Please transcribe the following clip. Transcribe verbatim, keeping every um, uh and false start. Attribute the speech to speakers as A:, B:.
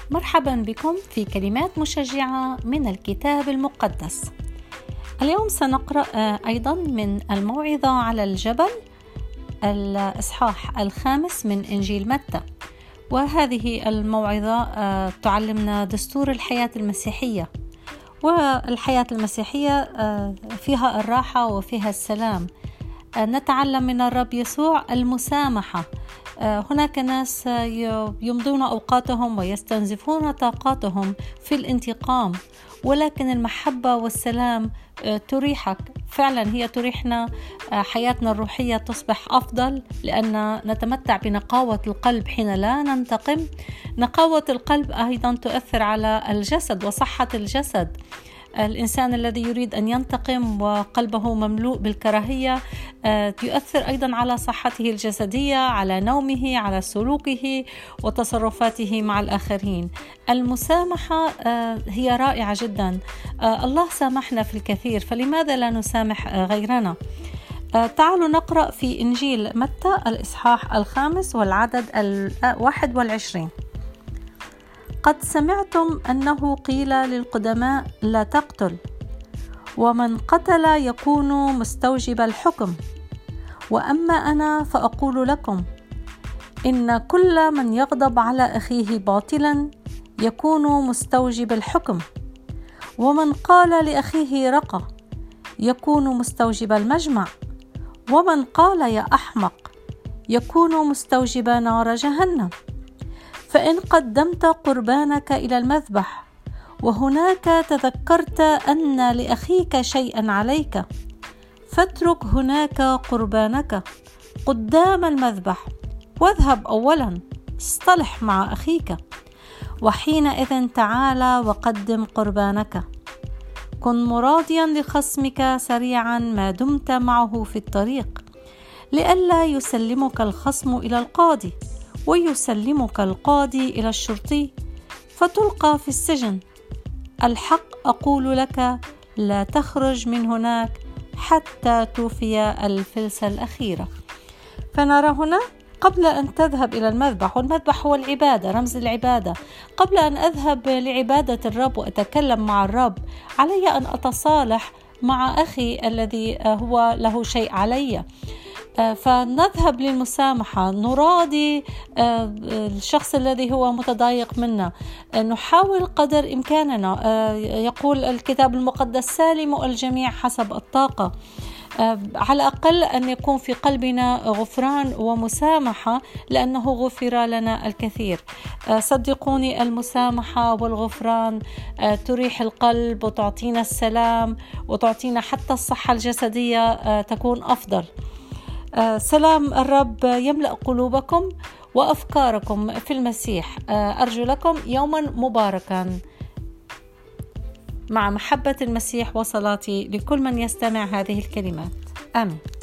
A: مرحبا بكم في كلمات مشجعة من الكتاب المقدس. اليوم سنقرأ أيضا من الموعظة على الجبل الإصحاح الخامس من إنجيل متى، وهذه الموعظة تعلمنا دستور الحياة المسيحية، والحياة المسيحية فيها الراحة وفيها السلام. نتعلم من الرب يسوع المسامحة. هناك ناس يمضون أوقاتهم ويستنزفون طاقاتهم في الانتقام، ولكن المحبة والسلام تريحك فعلا، هي تريحنا. حياتنا الروحية تصبح أفضل لأن نتمتع بنقاوة القلب حين لا ننتقم. نقاوة القلب أيضا تؤثر على الجسد وصحة الجسد. الإنسان الذي يريد أن ينتقم وقلبه مملوء بالكراهية يؤثر أيضا على صحته الجسدية، على نومه، على سلوكه وتصرفاته مع الآخرين. المسامحة هي رائعة جدا. الله سامحنا في الكثير، فلماذا لا نسامح غيرنا؟ تعالوا نقرأ في إنجيل متى الإصحاح الخامس والعدد الواحد والعشرين. قد سمعتم أنه قيل للقدماء لا تقتل، ومن قتل يكون مستوجب الحكم، وأما أنا فأقول لكم إن كل من يغضب على أخيه باطلا يكون مستوجب الحكم، ومن قال لأخيه رقى يكون مستوجب المجمع، ومن قال يا أحمق يكون مستوجب نار جهنم. فإن قدمت قربانك إلى المذبح وهناك تذكرت أن لأخيك شيئا عليك، فاترك هناك قربانك قدام المذبح، واذهب أولا اصطلح مع أخيك، وحينئذ تعال وقدم قربانك. كن مراضيا لخصمك سريعا ما دمت معه في الطريق، لئلا يسلمك الخصم إلى القاضي ويسلمك القاضي إلى الشرطي فتلقى في السجن. الحق أقول لك لا تخرج من هناك حتى توفي الفلسة الأخيرة. فنرى هنا قبل أن تذهب إلى المذبح، والمذبح هو العبادة، رمز العبادة. قبل أن أذهب لعبادة الرب وأتكلم مع الرب علي أن أتصالح مع أخي الذي هو له شيء علي، فنذهب للمسامحة، نراضي الشخص الذي هو متضايق منا، نحاول قدر إمكاننا. يقول الكتاب المقدس سالموا الجميع حسب الطاقة. على الأقل أن يكون في قلبنا غفران ومسامحة، لأنه غفر لنا الكثير. صدقوني، المسامحة والغفران تريح القلب وتعطينا السلام وتعطينا حتى الصحة الجسدية تكون أفضل. سلام الرب يملأ قلوبكم وأفكاركم في المسيح. أرجو لكم يوما مباركا مع محبة المسيح وصلاتي لكل من يستمع هذه الكلمات. آمين.